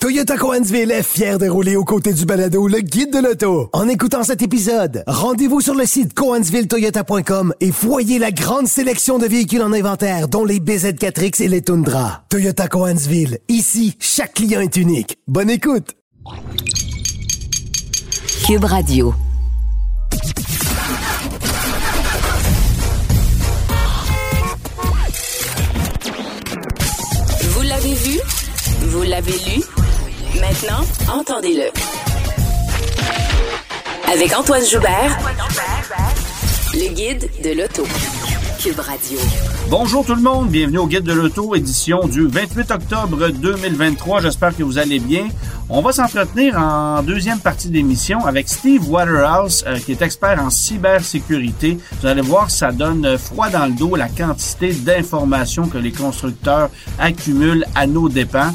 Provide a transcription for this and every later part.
Toyota Cohensville est fier de rouler aux côtés du balado Le Guide de l'auto. En écoutant cet épisode, rendez-vous sur le site cohensvilletoyota.com et voyez la grande sélection de véhicules en inventaire, dont les BZ4X et les Tundra. Toyota Cohensville, ici, chaque client est unique. Bonne écoute! Cube Radio. Vous l'avez vu? Vous l'avez lu? Maintenant, entendez-le. Avec Antoine Joubert, le guide de l'auto. Cube Radio. Bonjour tout le monde, bienvenue au Guide de l'auto, édition du 28 octobre 2023. J'espère que vous allez bien. On va s'entretenir en deuxième partie d'émission avec Steve Waterhouse, qui est expert en cybersécurité. Vous allez voir, ça donne froid dans le dos la quantité d'informations que les constructeurs accumulent à nos dépens.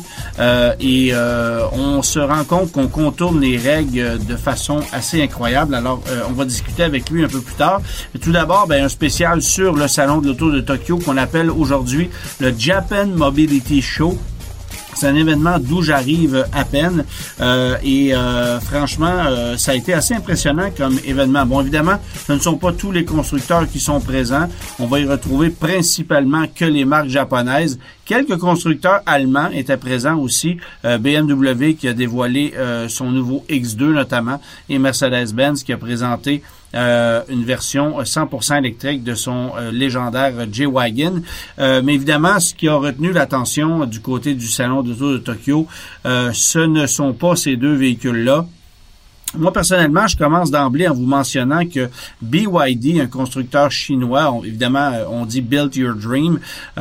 On se rend compte qu'on contourne les règles de façon assez incroyable. Alors, on va discuter avec lui un peu plus tard. Mais tout d'abord, un spécial sur le salon de l'auto de Tokyo qu'on appelle aujourd'hui le Japan Mobility Show. C'est un événement d'où j'arrive à peine franchement, ça a été assez impressionnant comme événement. Bon, évidemment, ce ne sont pas tous les constructeurs qui sont présents. On va y retrouver principalement que les marques japonaises. Quelques constructeurs allemands étaient présents aussi. BMW qui a dévoilé son nouveau X2 notamment et Mercedes-Benz qui a présenté une version 100% électrique de son légendaire G-Wagon. Mais évidemment, ce qui a retenu l'attention du côté du salon d'auto de Tokyo, ce ne sont pas ces deux véhicules-là. Moi, personnellement, je commence d'emblée en vous mentionnant que BYD, un constructeur chinois, évidemment, on dit Build Your Dream,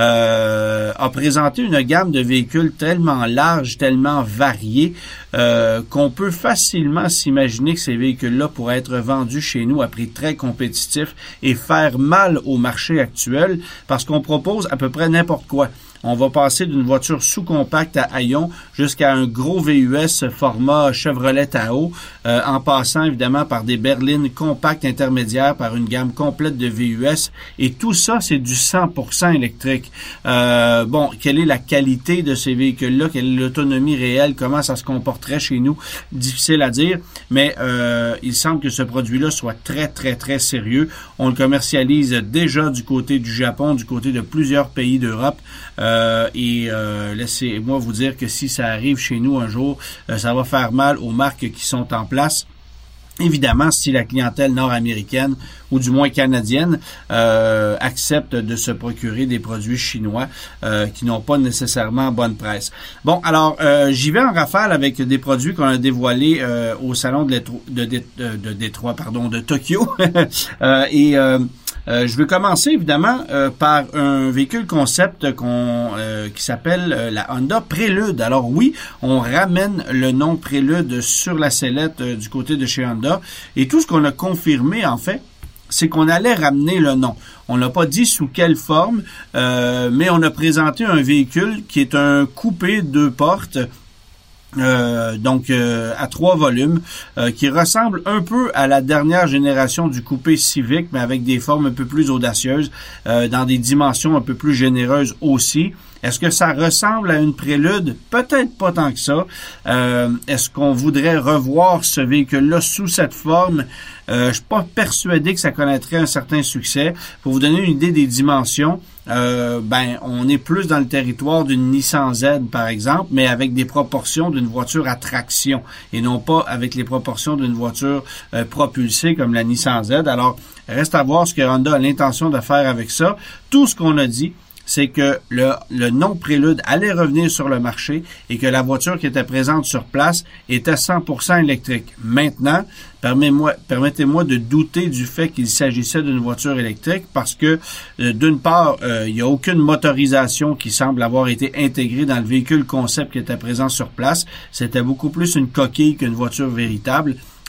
a présenté une gamme de véhicules tellement large, tellement variée, qu'on peut facilement s'imaginer que ces véhicules-là pourraient être vendus chez nous à prix très compétitif et faire mal au marché actuel parce qu'on propose à peu près n'importe quoi. On va passer d'une voiture sous-compacte à haillons jusqu'à un gros VUS format Chevrolet Tahoe, en passant évidemment par des berlines compactes intermédiaires, par une gamme complète de VUS. Et tout ça, c'est du 100% électrique. Quelle est la qualité de ces véhicules-là? Quelle est l'autonomie réelle? Comment ça se comporterait chez nous? Difficile à dire, mais il semble que ce produit-là soit très, très, très sérieux. On le commercialise déjà du côté du Japon, du côté de plusieurs pays d'Europe. Laissez-moi vous dire que si ça arrive chez nous un jour, ça va faire mal aux marques qui sont en place. Évidemment, si la clientèle nord-américaine ou du moins canadienne accepte de se procurer des produits chinois qui n'ont pas nécessairement bonne presse. Bon, alors j'y vais en rafale avec des produits qu'on a dévoilés au salon de Tokyo. Je vais commencer évidemment par un véhicule concept qui s'appelle la Honda Prélude. Alors oui, on ramène le nom Prélude sur la sellette du côté de chez Honda. Et tout ce qu'on a confirmé en fait, c'est qu'on allait ramener le nom. On n'a pas dit sous quelle forme, mais on a présenté un véhicule qui est un coupé 2 portes. À 3 volumes, qui ressemble un peu à la dernière génération du coupé Civic, mais avec des formes un peu plus audacieuses, dans des dimensions un peu plus généreuses aussi. Est-ce que ça ressemble à une Prélude? Peut-être pas tant que ça. Est-ce qu'on voudrait revoir ce véhicule-là sous cette forme? Je suis pas persuadé que ça connaîtrait un certain succès. Pour vous donner une idée des dimensions, on est plus dans le territoire d'une Nissan Z, par exemple, mais avec des proportions d'une voiture à traction et non pas avec les proportions d'une voiture propulsée comme la Nissan Z. Alors, reste à voir ce que Honda a l'intention de faire avec ça. Tout ce qu'on a dit, c'est que le nom Prélude allait revenir sur le marché et que la voiture qui était présente sur place était 100% électrique. Maintenant, permettez-moi de douter du fait qu'il s'agissait d'une voiture électrique parce que, d'une part, il n'y a aucune motorisation qui semble avoir été intégrée dans le véhicule concept qui était présent sur place. C'était beaucoup plus une coquille qu'une voiture véritable.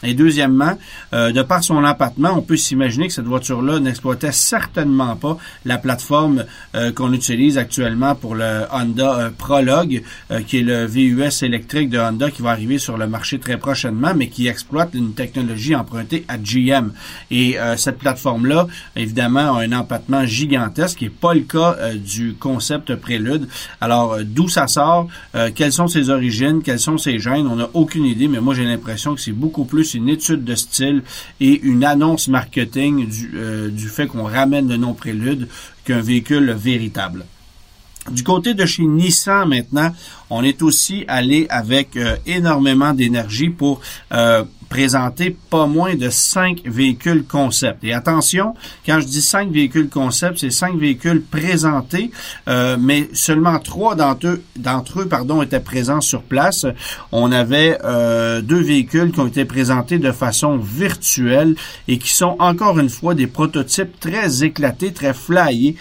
Et deuxièmement, de par son empattement, on peut s'imaginer que cette voiture-là n'exploitait certainement pas la plateforme qu'on utilise actuellement pour le Honda Prologue, qui est le VUS électrique de Honda qui va arriver sur le marché très prochainement, mais qui exploite une technologie empruntée à GM. Et cette plateforme-là, évidemment, a un empattement gigantesque, qui n'est pas le cas du concept Prélude. Alors, d'où ça sort? Quelles sont ses origines? Quels sont ses gènes? On n'a aucune idée, mais moi, j'ai l'impression que c'est beaucoup plus une étude de style et une annonce marketing du fait qu'on ramène le nom Prélude qu'un véhicule véritable. Du côté de chez Nissan maintenant, on est aussi allé avec énormément d'énergie pour présenter pas moins de 5 véhicules concept. Et attention, quand je dis 5 véhicules concept, c'est 5 véhicules présentés, mais seulement 3 d'entre eux, étaient présents sur place. On avait 2 véhicules qui ont été présentés de façon virtuelle et qui sont encore une fois des prototypes très éclatés, très flyés,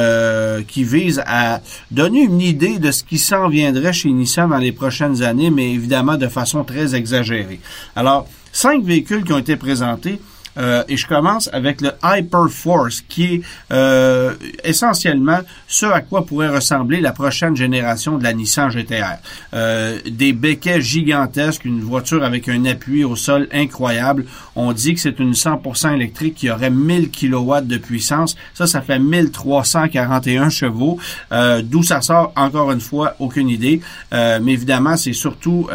qui visent à donner une idée de ce qui s'en viendrait chez Nissan dans les prochaines années, mais évidemment de façon très exagérée. Alors, 5 véhicules qui ont été présentés, et je commence avec le Hyperforce, qui est essentiellement ce à quoi pourrait ressembler la prochaine génération de la Nissan GT-R. Des béquets gigantesques, une voiture avec un appui au sol incroyable. On dit que c'est une 100% électrique qui aurait 1000 kW de puissance. Ça fait 1341 chevaux. D'où ça sort, encore une fois, aucune idée. Mais évidemment, c'est surtout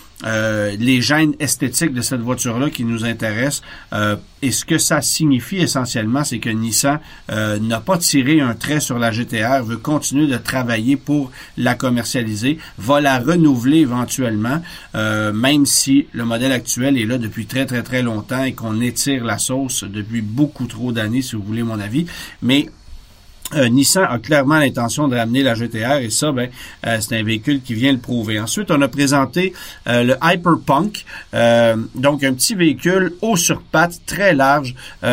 les gènes esthétiques de cette voiture-là qui nous intéressent. Et ce que ça signifie essentiellement, c'est que Nissan n'a pas tiré un trait sur la GT-R, veut continuer de travailler pour la commercialiser, va la renouveler éventuellement, même si le modèle actuel est là depuis très très très longtemps et qu'on étire la sauce depuis beaucoup trop d'années, si vous voulez mon avis. Mais Nissan a clairement l'intention de ramener la GT-R et ça, c'est un véhicule qui vient le prouver. Ensuite, on a présenté le Hyperpunk, donc un petit véhicule haut sur pattes, très large,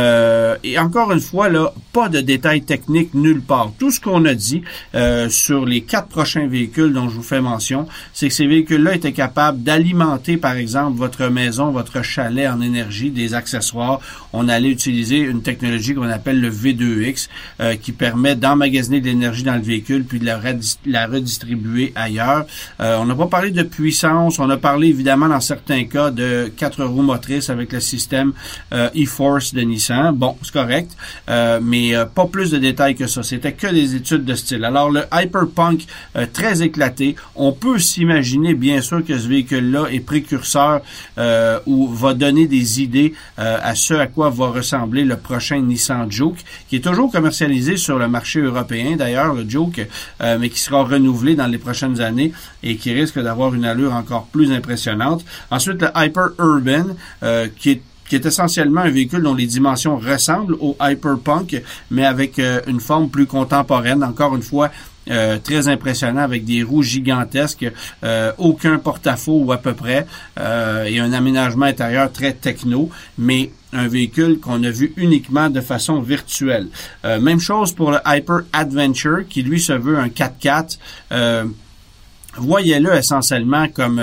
et encore une fois, là, pas de détails techniques nulle part. Tout ce qu'on a dit sur les 4 prochains véhicules dont je vous fais mention, c'est que ces véhicules-là étaient capables d'alimenter, par exemple, votre maison, votre chalet en énergie, des accessoires. On allait utiliser une technologie qu'on appelle le V2X, qui permet d'emmagasiner de l'énergie dans le véhicule puis de la redistribuer ailleurs. On n'a pas parlé de puissance, on a parlé évidemment dans certains cas de 4 roues motrices avec le système e-Force de Nissan. Bon, c'est correct, mais pas plus de détails que ça. C'était que des études de style. Alors le Hyperpunk, très éclaté, on peut s'imaginer bien sûr que ce véhicule-là est précurseur ou va donner des idées à ce à quoi va ressembler le prochain Nissan Juke, qui est toujours commercialisé sur le marché européen d'ailleurs, le Juke, mais qui sera renouvelé dans les prochaines années et qui risque d'avoir une allure encore plus impressionnante. Ensuite, le Hyper Urban, qui est essentiellement un véhicule dont les dimensions ressemblent au Hyperpunk, mais avec une forme plus contemporaine. Encore une fois, très impressionnant avec des roues gigantesques, aucun porte-à-faux ou à peu près, et un aménagement intérieur très techno, mais un véhicule qu'on a vu uniquement de façon virtuelle. Même chose pour le Hyper Adventure, qui lui se veut un 4x4. Voyez-le essentiellement comme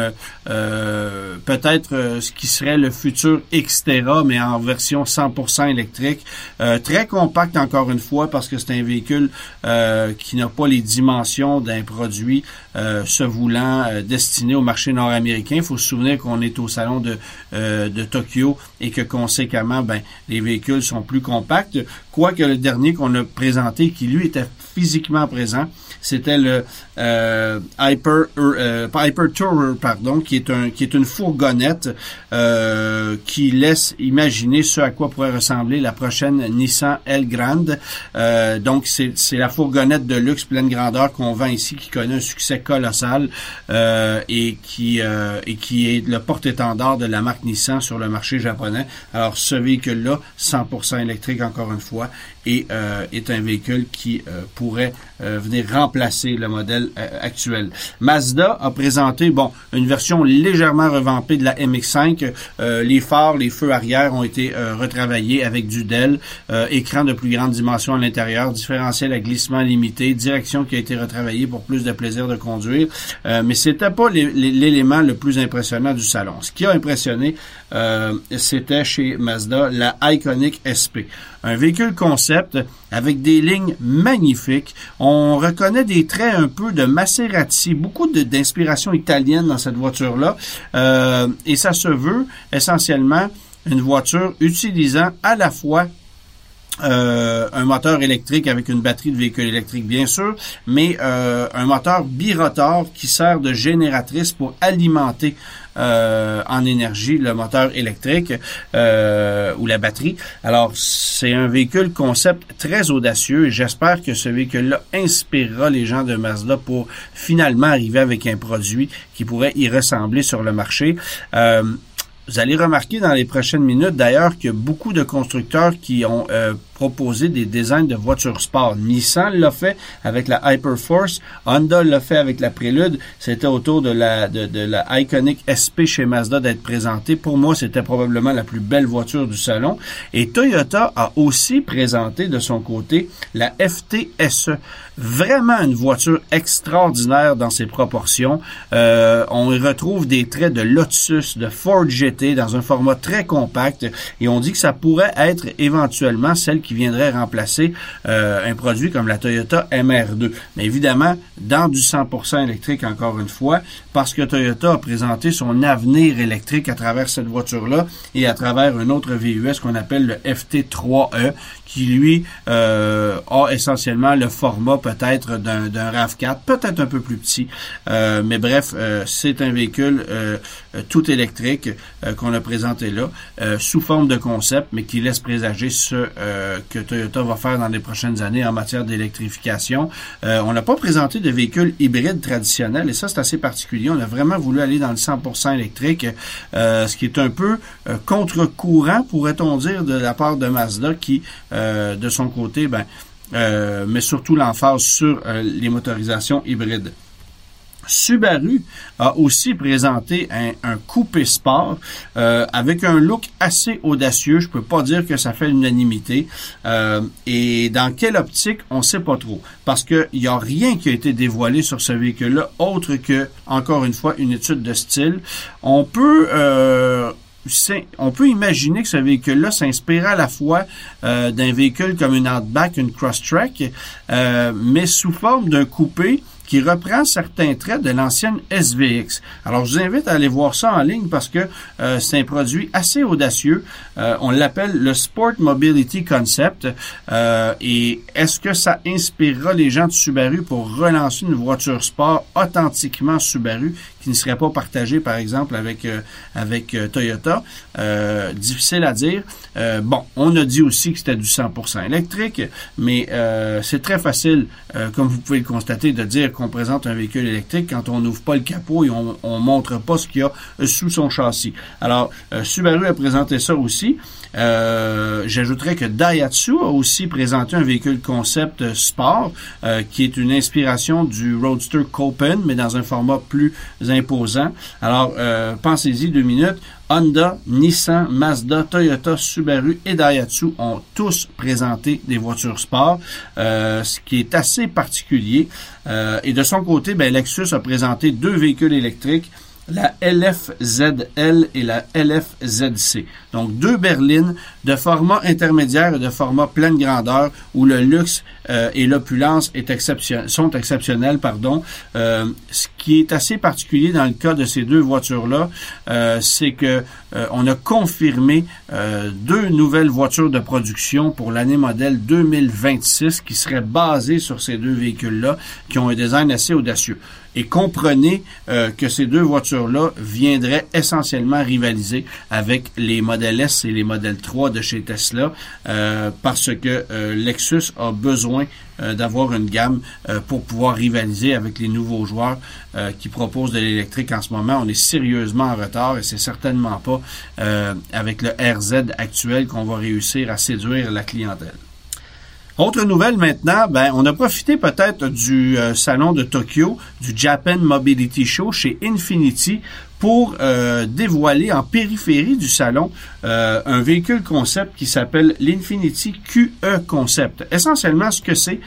peut-être ce qui serait le futur Xterra, mais en version 100% électrique. Très compact encore une fois, parce que c'est un véhicule qui n'a pas les dimensions d'un produit se voulant destiné au marché nord-américain. Il faut se souvenir qu'on est au salon de Tokyo et que conséquemment, les véhicules sont plus compacts. Quoique le dernier qu'on a présenté, qui lui était physiquement présent, c'était le Hyper Tourer, qui est une fourgonnette qui laisse imaginer ce à quoi pourrait ressembler la prochaine Nissan Elgrand. Donc c'est la fourgonnette de luxe pleine grandeur qu'on vend ici, qui connaît un succès colossal et qui est le porte-étendard de la marque Nissan sur le marché japonais. Alors ce véhicule-là, 100% électrique encore une fois, et est un véhicule qui pourrait venir remplacer le modèle actuel. Mazda a présenté une version légèrement revampée de la MX-5. Les phares, les feux arrière ont été retravaillés avec du DEL, écran de plus grande dimension à l'intérieur, différentiel à glissement limité, direction qui a été retravaillée pour plus de plaisir de conduite conduire, mais c'était pas l'élément le plus impressionnant du salon. Ce qui a impressionné, c'était chez Mazda la Ioniq SP. Un véhicule concept avec des lignes magnifiques. On reconnaît des traits un peu de Maserati, beaucoup d'inspiration italienne dans cette voiture-là. Et ça se veut essentiellement une voiture utilisant à la fois un moteur électrique avec une batterie de véhicule électrique, bien sûr, mais un moteur birotor qui sert de génératrice pour alimenter en énergie le moteur électrique ou la batterie. Alors, c'est un véhicule concept très audacieux et j'espère que ce véhicule-là inspirera les gens de Mazda pour finalement arriver avec un produit qui pourrait y ressembler sur le marché. Vous allez remarquer dans les prochaines minutes, d'ailleurs, qu'il y a beaucoup de constructeurs qui ont proposé des designs de voitures sport. Nissan l'a fait avec la Hyperforce, Honda l'a fait avec la Prélude. C'était autour de la Ioniq SP chez Mazda d'être présentée. Pour moi, c'était probablement la plus belle voiture du salon. Et Toyota a aussi présenté de son côté la FT-SE. Vraiment une voiture extraordinaire dans ses proportions. On y retrouve des traits de Lotus, de Ford GT dans un format très compact et on dit que ça pourrait être éventuellement celle qui viendrait remplacer un produit comme la Toyota MR2. Mais évidemment, dans du 100% électrique encore une fois, parce que Toyota a présenté son avenir électrique à travers cette voiture-là et à travers un autre VUS qu'on appelle le FT3E qui, lui, a essentiellement le format peut-être d'un RAV4, peut-être un peu plus petit. Mais bref, c'est un véhicule tout électrique qu'on a présenté là, sous forme de concept, mais qui laisse présager ce que Toyota va faire dans les prochaines années en matière d'électrification. On n'a pas présenté de véhicule hybride traditionnel, et ça, c'est assez particulier. On a vraiment voulu aller dans le 100% électrique, ce qui est un peu contre-courant, pourrait-on dire, de la part de Mazda, qui, de son côté, met surtout l'emphase sur les motorisations hybrides. Subaru a aussi présenté un coupé sport avec un look assez audacieux. Je peux pas dire que ça fait l'unanimité. Et dans quelle optique, on sait pas trop. Parce que il y a rien qui a été dévoilé sur ce véhicule-là, autre que, encore une fois, une étude de style. On peut imaginer que ce véhicule-là s'inspire à la fois d'un véhicule comme une Outback, une Crosstrek, mais sous forme d'un coupé qui reprend certains traits de l'ancienne SVX. Alors, je vous invite à aller voir ça en ligne parce que c'est un produit assez audacieux. On l'appelle le Sport Mobility Concept. Et est-ce que ça inspirera les gens de Subaru pour relancer une voiture sport authentiquement Subaru qui ne serait pas partagée, par exemple, avec Toyota? Difficile à dire. Bon, on a dit aussi que c'était du 100% électrique, mais c'est très facile, comme vous pouvez le constater, de dire qu'on présente un véhicule électrique quand on n'ouvre pas le capot et on montre pas ce qu'il y a sous son châssis. Alors, Subaru a présenté ça aussi. J'ajouterais que Daihatsu a aussi présenté un véhicule concept sport qui est une inspiration du Roadster Copen, mais dans un format plus imposant. Alors, pensez-y 2 minutes. Honda, Nissan, Mazda, Toyota, Subaru et Daihatsu ont tous présenté des voitures sport, ce qui est assez particulier. Et de son côté, Lexus a présenté 2 véhicules électriques, la LF-ZL et la LF-ZC. Donc, 2 berlines de format intermédiaire et de format pleine grandeur où le luxe et l'opulence sont exceptionnels. Ce qui est assez particulier dans le cas de ces 2 voitures-là, c'est que on a confirmé 2 nouvelles voitures de production pour l'année modèle 2026 qui seraient basées sur ces 2 véhicules-là, qui ont un design assez audacieux. Et comprenez que ces 2 voitures-là viendraient essentiellement rivaliser avec les modèles S et les modèles 3 de chez Tesla parce que Lexus a besoin d'avoir une gamme pour pouvoir rivaliser avec les nouveaux joueurs qui proposent de l'électrique en ce moment. On est sérieusement en retard et c'est certainement pas avec le RZ actuel qu'on va réussir à séduire la clientèle. Autre nouvelle maintenant, on a profité peut-être du salon de Tokyo, du Japan Mobility Show chez Infiniti pour dévoiler en périphérie du salon un véhicule concept qui s'appelle l'Infiniti QE Concept. Essentiellement, ce que c'est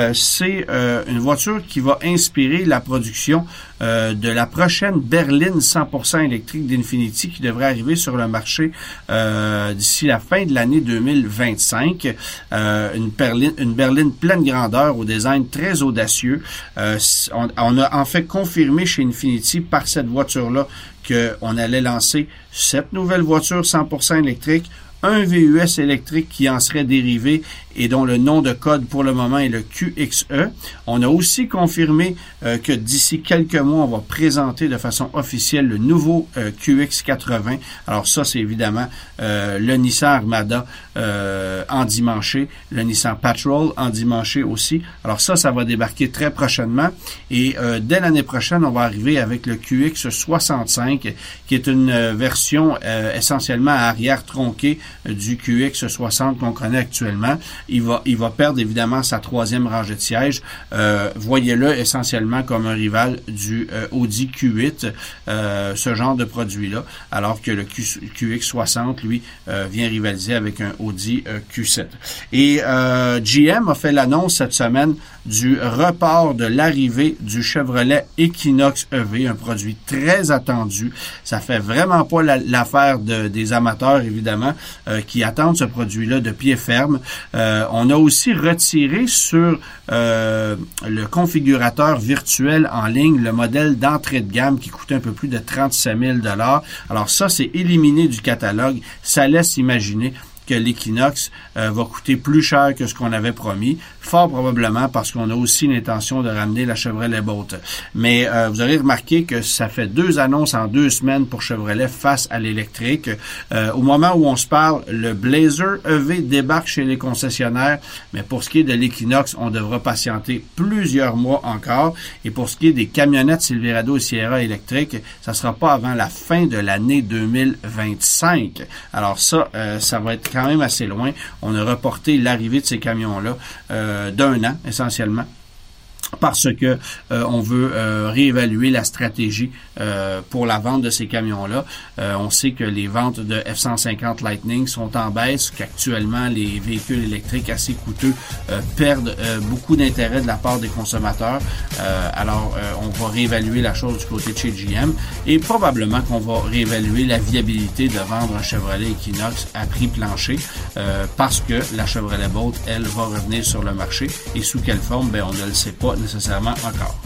une voiture qui va inspirer la production de la prochaine berline 100% électrique d'Infiniti qui devrait arriver sur le marché d'ici la fin de l'année 2025. Une berline pleine grandeur au design très audacieux. On a en fait confirmé chez Infiniti par cette voiture-là qu'on allait lancer cette nouvelle voiture 100% électrique, un VUS électrique qui en serait dérivé et dont le nom de code pour le moment est le QXE. On a aussi confirmé que d'ici quelques mois, on va présenter de façon officielle le nouveau QX80. Alors ça, c'est évidemment le Nissan Armada endimanché, le Nissan Patrol endimanché aussi. Alors ça va débarquer très prochainement et dès l'année prochaine, on va arriver avec le QX65 qui est une version essentiellement à arrière tronquée du QX60 qu'on connaît actuellement. Il va perdre évidemment sa troisième rangée de sièges. Voyez-le essentiellement comme un rival du Audi Q8, ce genre de produit-là, alors que le QX60, lui, vient rivaliser avec un Audi Q7. Et GM a fait l'annonce cette semaine du report de l'arrivée du Chevrolet Equinox EV, un produit très attendu. Ça fait vraiment pas l'affaire des amateurs, évidemment, qui attendent ce produit-là de pied ferme. On a aussi retiré sur le configurateur virtuel en ligne le modèle d'entrée de gamme qui coûtait un peu plus de 37 000 $. Alors ça, c'est éliminé du catalogue. Ça laisse imaginer que l'Equinox va coûter plus cher que ce qu'on avait promis, fort probablement parce qu'on a aussi l'intention de ramener la Chevrolet Bolt. Mais vous aurez remarqué que ça fait 2 annonces en 2 semaines pour Chevrolet face à l'électrique. Au moment où on se parle, le Blazer EV débarque chez les concessionnaires, mais pour ce qui est de l'Equinox, on devra patienter plusieurs mois encore. Et pour ce qui est des camionnettes Silverado et Sierra électriques, ça sera pas avant la fin de l'année 2025. Alors ça va être quand même assez loin. On a reporté l'arrivée de ces camions-là d'1 an, essentiellement, parce que on veut réévaluer la stratégie pour la vente de ces camions-là. On sait que les ventes de F-150 Lightning sont en baisse, qu'actuellement les véhicules électriques assez coûteux perdent beaucoup d'intérêt de la part des consommateurs. Alors, on va réévaluer la chose du côté de chez GM et probablement qu'on va réévaluer la viabilité de vendre un Chevrolet Equinox à prix plancher parce que la Chevrolet Bolt, elle, va revenir sur le marché. Et sous quelle forme? On ne le sait pas nécessairement encore.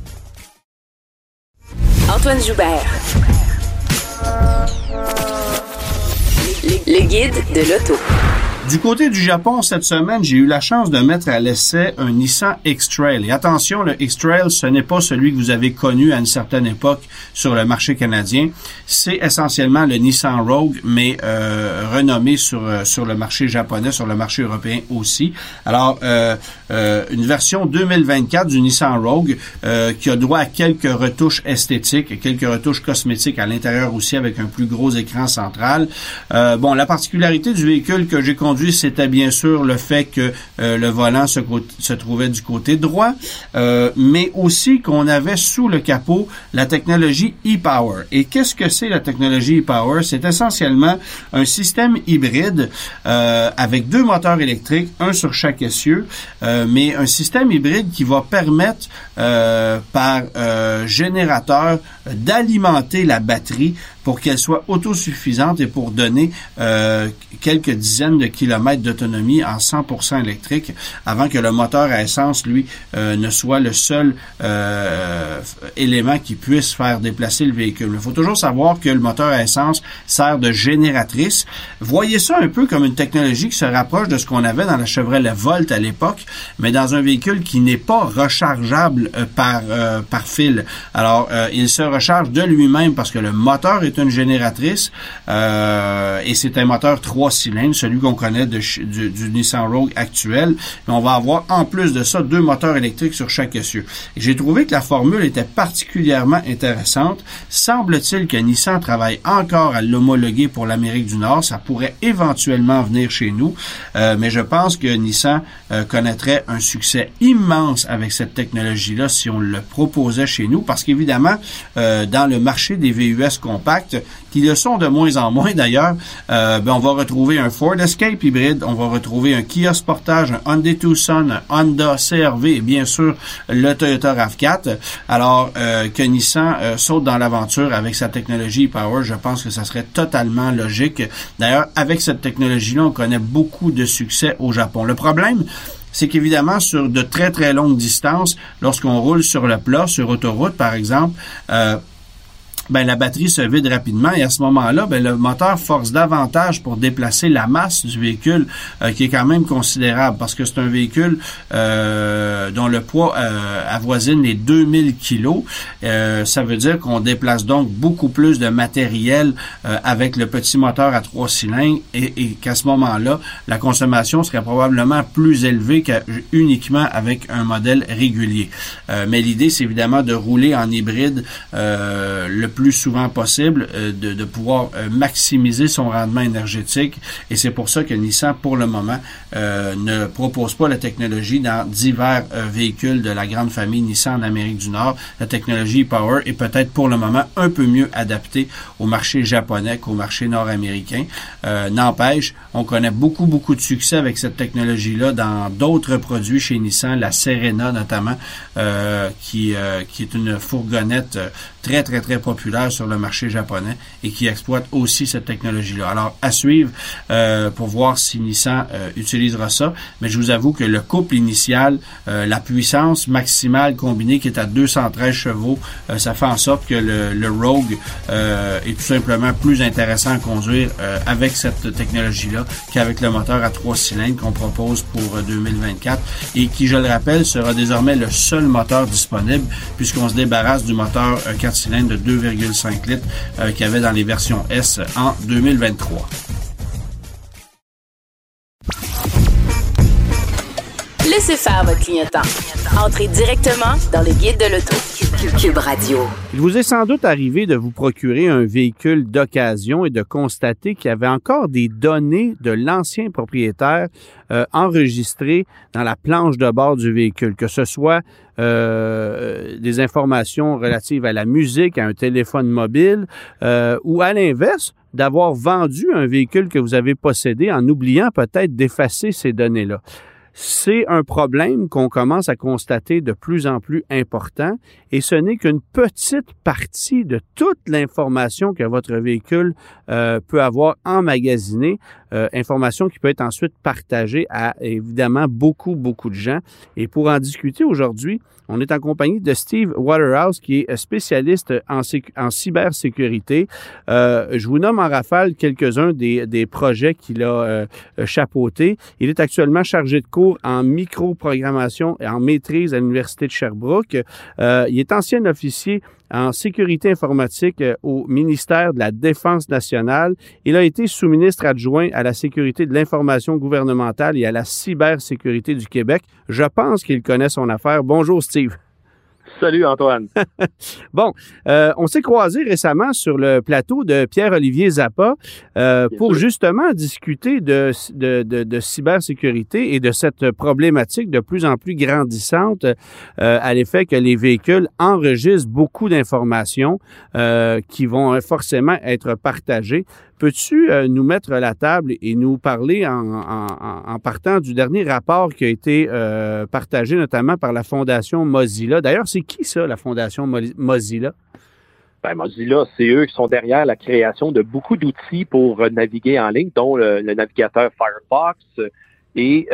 Antoine Joubert. Le guide de l'auto. Du côté du Japon, cette semaine, j'ai eu la chance de mettre à l'essai un Nissan X-Trail. Et attention, le X-Trail, ce n'est pas celui que vous avez connu à une certaine époque sur le marché canadien. C'est essentiellement le Nissan Rogue, mais renommé sur le marché japonais, sur le marché européen aussi. Alors, une version 2024 du Nissan Rogue qui a droit à quelques retouches esthétiques, quelques retouches cosmétiques à l'intérieur aussi avec un plus gros écran central. La particularité du véhicule que j'ai conduit, c'était bien sûr le fait que le volant se trouvait du côté droit, mais aussi qu'on avait sous le capot la technologie e-Power. Et qu'est-ce que c'est la technologie e-Power? C'est essentiellement un système hybride avec 2 moteurs électriques, un sur chaque essieu, mais un système hybride qui va permettre par générateur d'alimenter la batterie pour qu'elle soit autosuffisante et pour donner quelques dizaines de kilomètres d'autonomie en 100% électrique avant que le moteur à essence, lui, ne soit le seul élément qui puisse faire déplacer le véhicule. Il faut toujours savoir que le moteur à essence sert de génératrice. Voyez ça un peu comme une technologie qui se rapproche de ce qu'on avait dans la Chevrolet Volt à l'époque, mais dans un véhicule qui n'est pas rechargeable par fil. Alors, il se recharge de lui-même parce que le moteur est est une génératrice et c'est un moteur 3 cylindres, celui qu'on connaît du Nissan Rogue actuel. Mais on va avoir en plus de ça 2 moteurs électriques sur chaque essieu. Et j'ai trouvé que la formule était particulièrement intéressante. Semble-t-il que Nissan travaille encore à l'homologuer pour l'Amérique du Nord. Ça pourrait éventuellement venir chez nous, mais je pense que Nissan connaîtrait un succès immense avec cette technologie-là si on le proposait chez nous, parce qu'évidemment, dans le marché des VUS compacts, qui le sont de moins en moins d'ailleurs, on va retrouver un Ford Escape hybride, on va retrouver un Kia Sportage, un Hyundai Tucson, un Honda CR-V et bien sûr le Toyota RAV4. Alors que Nissan saute dans l'aventure avec sa technologie e-Power, je pense que ça serait totalement logique. D'ailleurs, avec cette technologie-là, on connaît beaucoup de succès au Japon. Le problème, c'est qu'évidemment, sur de très, très longues distances, lorsqu'on roule sur le plat, sur autoroute, par exemple, la batterie se vide rapidement et à ce moment-là, le moteur force davantage pour déplacer la masse du véhicule qui est quand même considérable parce que c'est un véhicule dont le poids avoisine les 2000 kilos. Ça veut dire qu'on déplace donc beaucoup plus de matériel avec le petit moteur à 3 cylindres et qu'à ce moment-là, la consommation serait probablement plus élevée qu'uniquement avec un modèle régulier. Mais l'idée, c'est évidemment de rouler en hybride le plus souvent possible, de pouvoir maximiser son rendement énergétique et c'est pour ça que Nissan, pour le moment, ne propose pas la technologie dans divers véhicules de la grande famille Nissan en Amérique du Nord. La technologie e-Power est peut-être pour le moment un peu mieux adaptée au marché japonais qu'au marché nord-américain. N'empêche, on connaît beaucoup de succès avec cette technologie-là dans d'autres produits chez Nissan, la Serena notamment, qui est une fourgonnette très, très, très populaire sur le marché japonais et qui exploite aussi cette technologie-là. Alors, à suivre pour voir si Nissan utilisera ça, mais je vous avoue que le couple initial, la puissance maximale combinée qui est à 213 chevaux, ça fait en sorte que le Rogue est tout simplement plus intéressant à conduire avec cette technologie-là qu'avec le moteur à 3 cylindres qu'on propose pour 2024 et qui, je le rappelle, sera désormais le seul moteur disponible puisqu'on se débarrasse du moteur 4 cylindres de 2,5 litres qu'il y avait dans les versions S en 2023. Laissez faire votre clignotant. Entrez directement dans le guide de l'auto. Cube Radio. Il vous est sans doute arrivé de vous procurer un véhicule d'occasion et de constater qu'il y avait encore des données de l'ancien propriétaire enregistrées dans la planche de bord du véhicule, que ce soit des informations relatives à la musique, à un téléphone mobile, ou à l'inverse, d'avoir vendu un véhicule que vous avez possédé en oubliant peut-être d'effacer ces données-là. C'est un problème qu'on commence à constater de plus en plus important et ce n'est qu'une petite partie de toute l'information que votre véhicule peut avoir emmagasinée, information qui peut être ensuite partagée à évidemment beaucoup de gens. Et pour en discuter aujourd'hui, on est en compagnie de Steve Waterhouse, qui est spécialiste en cybersécurité. Je vous nomme en rafale quelques-uns des projets qu'il a chapeautés. Il est actuellement chargé de cours en microprogrammation et en maîtrise à l'Université de Sherbrooke. Il est ancien officier en sécurité informatique au ministère de la Défense nationale. Il a été sous-ministre adjoint à la sécurité de l'information gouvernementale et à la cybersécurité du Québec. Je pense qu'il connaît son affaire. Bonjour, Steve. Salut, Antoine. Bon, on s'est croisés récemment sur le plateau de Pierre-Olivier Zappa pour justement discuter de cybersécurité et de cette problématique de plus en plus grandissante à l'effet que les véhicules enregistrent beaucoup d'informations qui vont forcément être partagées. Peux-tu nous mettre à la table et nous parler en partant du dernier rapport qui a été partagé notamment par la Fondation Mozilla? D'ailleurs, c'est qui ça, la Fondation Mozilla? Mozilla, c'est eux qui sont derrière la création de beaucoup d'outils pour naviguer en ligne, dont le navigateur Firefox et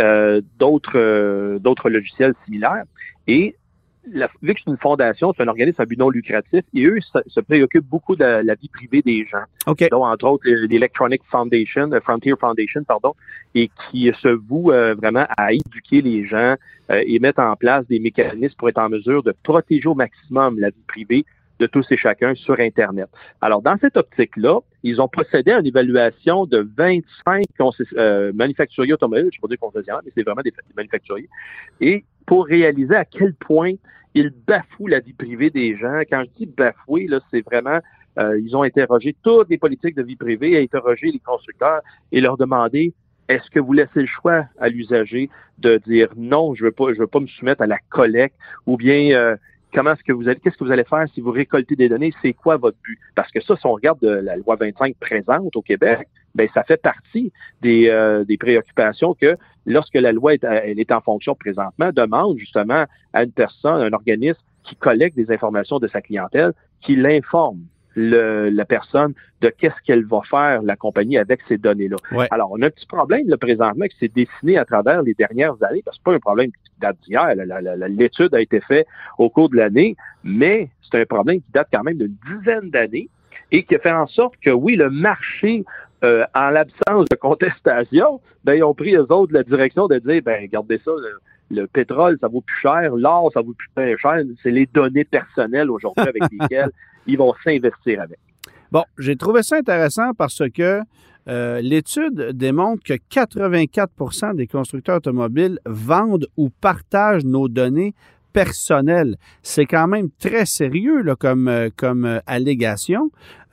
d'autres logiciels similaires. Et vu que c'est une fondation, c'est un organisme à but non lucratif, et eux se préoccupent beaucoup de la vie privée des gens. Okay. Donc, entre autres, l'Electronic Foundation, Frontier Foundation, et qui se voue vraiment à éduquer les gens et mettre en place des mécanismes pour être en mesure de protéger au maximum la vie privée de tous et chacun sur Internet. Alors, dans cette optique-là, ils ont procédé à une évaluation de 25 manufacturiers automobiles, je ne sais pas dire concessionnaires, mais c'est vraiment des manufacturiers, et pour réaliser à quel point ils bafouent la vie privée des gens. Quand je dis bafouer, là, c'est vraiment, ils ont interrogé toutes les politiques de vie privée, interrogé les constructeurs et leur demander, est-ce que vous laissez le choix à l'usager de dire non, je veux pas me soumettre à la collecte, ou bien qu'est-ce que vous allez faire si vous récoltez des données, c'est quoi votre but? Parce que ça, si on regarde la loi 25 présente au Québec, ben ça fait partie des préoccupations que lorsque la loi elle est en fonction présentement, demande justement à une personne, un organisme qui collecte des informations de sa clientèle, qui l'informe la personne de qu'est-ce qu'elle va faire, la compagnie, avec ces données-là. Ouais. Alors, on a un petit problème là, présentement qui s'est dessiné à travers les dernières années, parce que c'est pas un problème qui date d'hier. L'étude a été faite au cours de l'année, mais c'est un problème qui date quand même d'une dizaine d'années et qui a fait en sorte que, oui, le marché, en l'absence de contestation, ben, ils ont pris, eux autres, la direction de dire, ben, regardez ça, le pétrole, ça vaut plus cher, l'or, ça vaut plus cher, c'est les données personnelles aujourd'hui avec lesquelles ils vont s'investir avec. Bon, j'ai trouvé ça intéressant parce que l'étude démontre que 84% des constructeurs automobiles vendent ou partagent nos données personnelles. C'est quand même très sérieux là, comme allégation.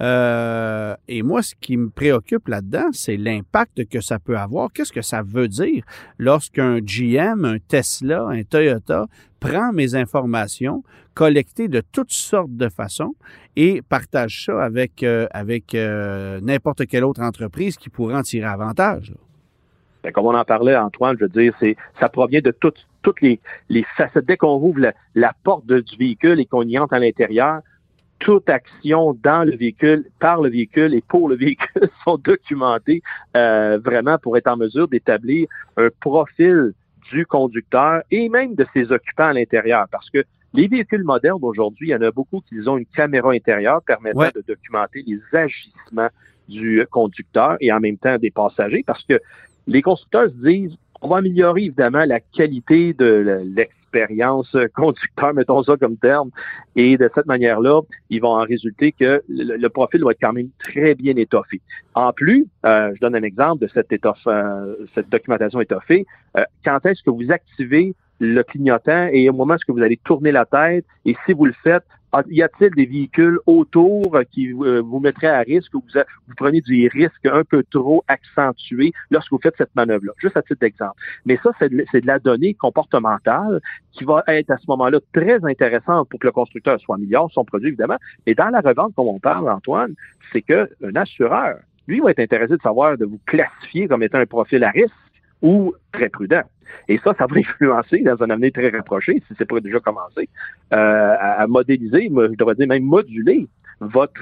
Et moi, ce qui me préoccupe là-dedans, c'est l'impact que ça peut avoir. Qu'est-ce que ça veut dire lorsqu'un GM, un Tesla, un Toyota prend mes informations collectées de toutes sortes de façons et partage ça avec n'importe quelle autre entreprise qui pourrait en tirer avantage. Bien, comme on en parlait, Antoine, je veux dire, ça provient de toutes les facettes. Dès qu'on ouvre la porte du véhicule et qu'on y entre à l'intérieur, toute action dans le véhicule, par le véhicule et pour le véhicule sont documentées vraiment pour être en mesure d'établir un profil du conducteur et même de ses occupants à l'intérieur. Parce que les véhicules modernes aujourd'hui, il y en a beaucoup qui ont une caméra intérieure permettant de documenter les agissements du conducteur et en même temps des passagers, parce que les constructeurs se disent, on va améliorer évidemment la qualité de l'expérience conducteur, mettons ça comme terme, et de cette manière-là, ils vont en résulter que le profil va être quand même très bien étoffé. En plus, je donne un exemple de cette documentation étoffée. Quand est-ce que vous activez le clignotant et au moment où vous allez tourner la tête, et si vous le faites, y a-t-il des véhicules autour qui vous mettraient à risque ou vous prenez des risques un peu trop accentués lorsque vous faites cette manœuvre-là? Juste à titre d'exemple. Mais ça, c'est de la donnée comportementale qui va être à ce moment-là très intéressante pour que le constructeur soit améliore son produit, évidemment. Et dans la revente, comme on parle, Antoine, c'est qu'un assureur, lui, va être intéressé de savoir, de vous classifier comme étant un profil à risque ou très prudent. Et ça va influencer dans un avenir très rapproché, si c'est pas déjà commencé, à modéliser, je devrais dire même moduler votre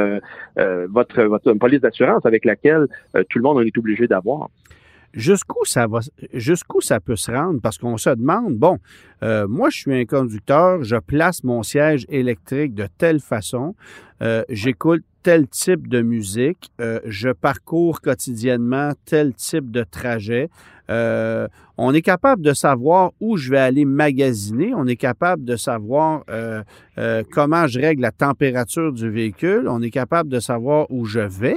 police d'assurance avec laquelle tout le monde en est obligé d'avoir. Jusqu'où ça peut se rendre? Parce qu'on se demande, moi, je suis un conducteur, je place mon siège électrique de telle façon, j'écoute tel type de musique, je parcours quotidiennement tel type de trajet. On est capable de savoir où je vais aller magasiner, on est capable de savoir comment je règle la température du véhicule, on est capable de savoir où je vais.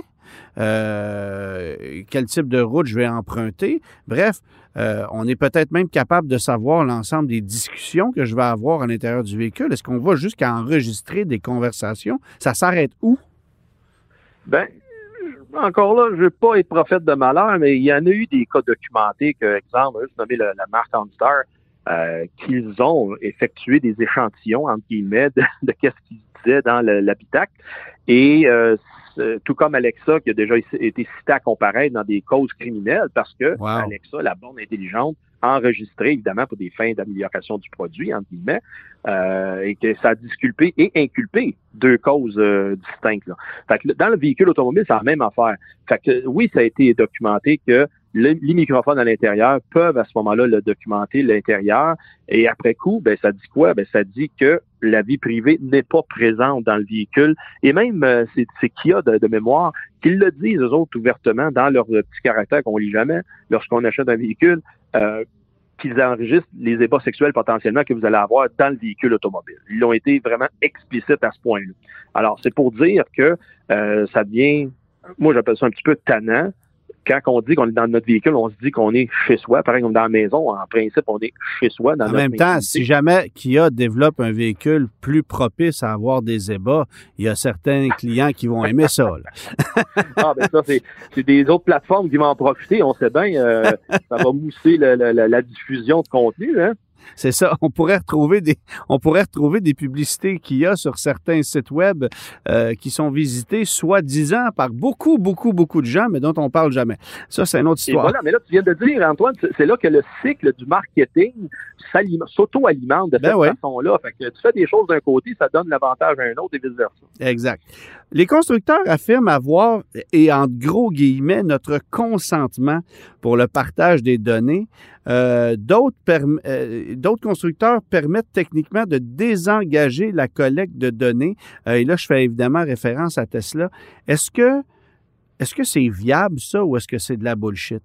Quel type de route je vais emprunter. Bref, on est peut-être même capable de savoir l'ensemble des discussions que je vais avoir à l'intérieur du véhicule. Est-ce qu'on va jusqu'à enregistrer des conversations? Ça s'arrête où? Ben, encore là, je ne veux pas être prophète de malheur, mais il y en a eu des cas documentés que, exemple, je nommé la marque OnStar, qu'ils ont effectué des échantillons, entre guillemets, de qu'est-ce qu'ils disaient dans l'habitacle. Et tout comme Alexa, qui a déjà été cité à comparaître dans des causes criminelles, parce que Alexa, la borne intelligente, enregistrée évidemment pour des fins d'amélioration du produit, entre guillemets, et que ça a disculpé et inculpé deux causes distinctes. Là. Fait que dans le véhicule automobile, c'est la même affaire. Fait que oui, ça a été documenté que les microphones à l'intérieur peuvent à ce moment-là le documenter l'intérieur. Et après coup, ben ça dit quoi? Ben ça dit que la vie privée n'est pas présente dans le véhicule. Et même, c'est Kia de mémoire qu'ils le disent, eux autres, ouvertement, dans leur petit caractère qu'on lit jamais, lorsqu'on achète un véhicule. qu'ils enregistrent les ébats sexuels potentiellement que vous allez avoir dans le véhicule automobile. Ils ont été vraiment explicites à ce point-là. Alors, c'est pour dire que ça devient, moi j'appelle ça un petit peu tannant. Quand on dit qu'on est dans notre véhicule, on se dit qu'on est chez soi. Pareil comme dans la maison, en principe, on est chez soi. Dans en notre même temps, intimité. si jamais Kia développe un véhicule plus propice à avoir des ébats, il y a certains clients qui vont aimer ça. Ah, ben ça, c'est des autres plateformes qui vont en profiter. On sait bien, ça va mousser la diffusion de contenu, hein? C'est ça. On pourrait retrouver des publicités qu'il y a sur certains sites web qui sont visités soi-disant par beaucoup de gens, mais dont on parle jamais. Ça, c'est une autre histoire. Et voilà, mais là, tu viens de dire, Antoine, c'est là que le cycle du marketing s'auto-alimente de cette façon-là. Fait que tu fais des choses d'un côté, ça donne l'avantage à un autre et vice-versa. Exact. Les constructeurs affirment avoir, et en gros guillemets, notre consentement pour le partage des données. D'autres constructeurs permettent techniquement de désengager la collecte de données. Et là, je fais évidemment référence à Tesla. Est-ce que c'est viable, ça, ou est-ce que c'est de la bullshit?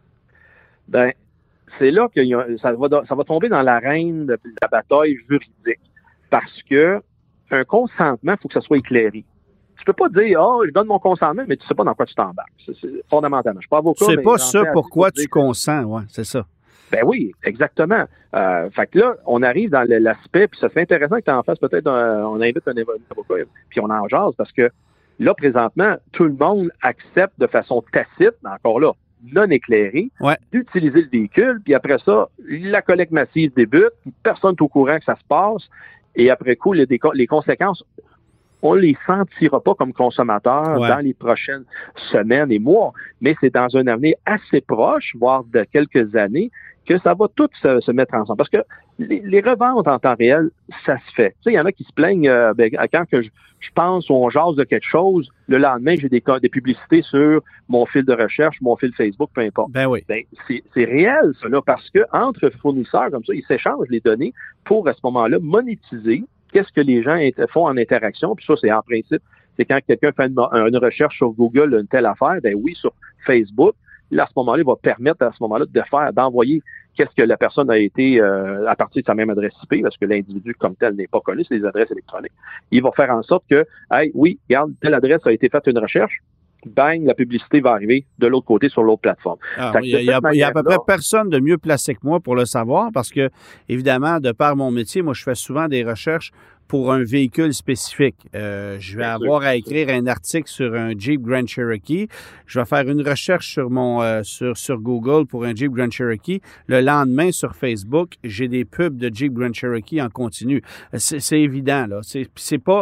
Ben, c'est là que ça va tomber dans l'arène de la bataille juridique. Parce que un consentement, il faut que ça soit éclairé. Tu peux pas dire, je donne mon consentement, mais tu sais pas dans quoi tu t'embarques. C'est fondamentalement. Je suis pas avocat. C'est pas ça pourquoi tu consens, ouais, c'est ça. Ben oui, exactement. Fait que là, on arrive dans l'aspect, puis ça serait intéressant que tu en fasses peut-être, on invite un avocat, puis on en jase, parce que là, présentement, tout le monde accepte de façon tacite, mais encore là, non éclairée, d'utiliser le véhicule, puis après ça, la collecte massive débute, personne n'est au courant que ça se passe, et après coup, les conséquences, on les sentira pas comme consommateurs dans les prochaines semaines et mois, mais c'est dans un avenir assez proche, voire de quelques années, que ça va tout se mettre ensemble. Parce que les reventes en temps réel, ça se fait. Tu sais, il y en a qui se plaignent quand que je pense ou on jase de quelque chose, le lendemain, j'ai des publicités sur mon fil de recherche, mon fil Facebook, peu importe. Ben oui. Ben, c'est réel, ça, là, parce que entre fournisseurs comme ça, ils s'échangent les données pour, à ce moment-là, monétiser qu'est-ce que les gens font en interaction. Puis ça, c'est en principe, c'est quand quelqu'un fait une recherche sur Google, une telle affaire, ben oui, sur Facebook, là, à ce moment-là, il va permettre à ce moment-là d'envoyer qu'est-ce que la personne a été à partir de sa même adresse IP, parce que l'individu comme tel n'est pas connu, c'est les adresses électroniques. Il va faire en sorte que, hey, oui, regarde, telle adresse a été faite une recherche, bang, la publicité va arriver de l'autre côté sur l'autre plateforme. Il y a à peu près personne de mieux placé que moi pour le savoir, parce que, évidemment, de par mon métier, moi, je fais souvent des recherches pour un véhicule spécifique. Je vais avoir à écrire un article sur un Jeep Grand Cherokee. Je vais faire une recherche sur sur Google pour un Jeep Grand Cherokee. Le lendemain, sur Facebook, j'ai des pubs de Jeep Grand Cherokee en continu. C'est évident, là. C'est pas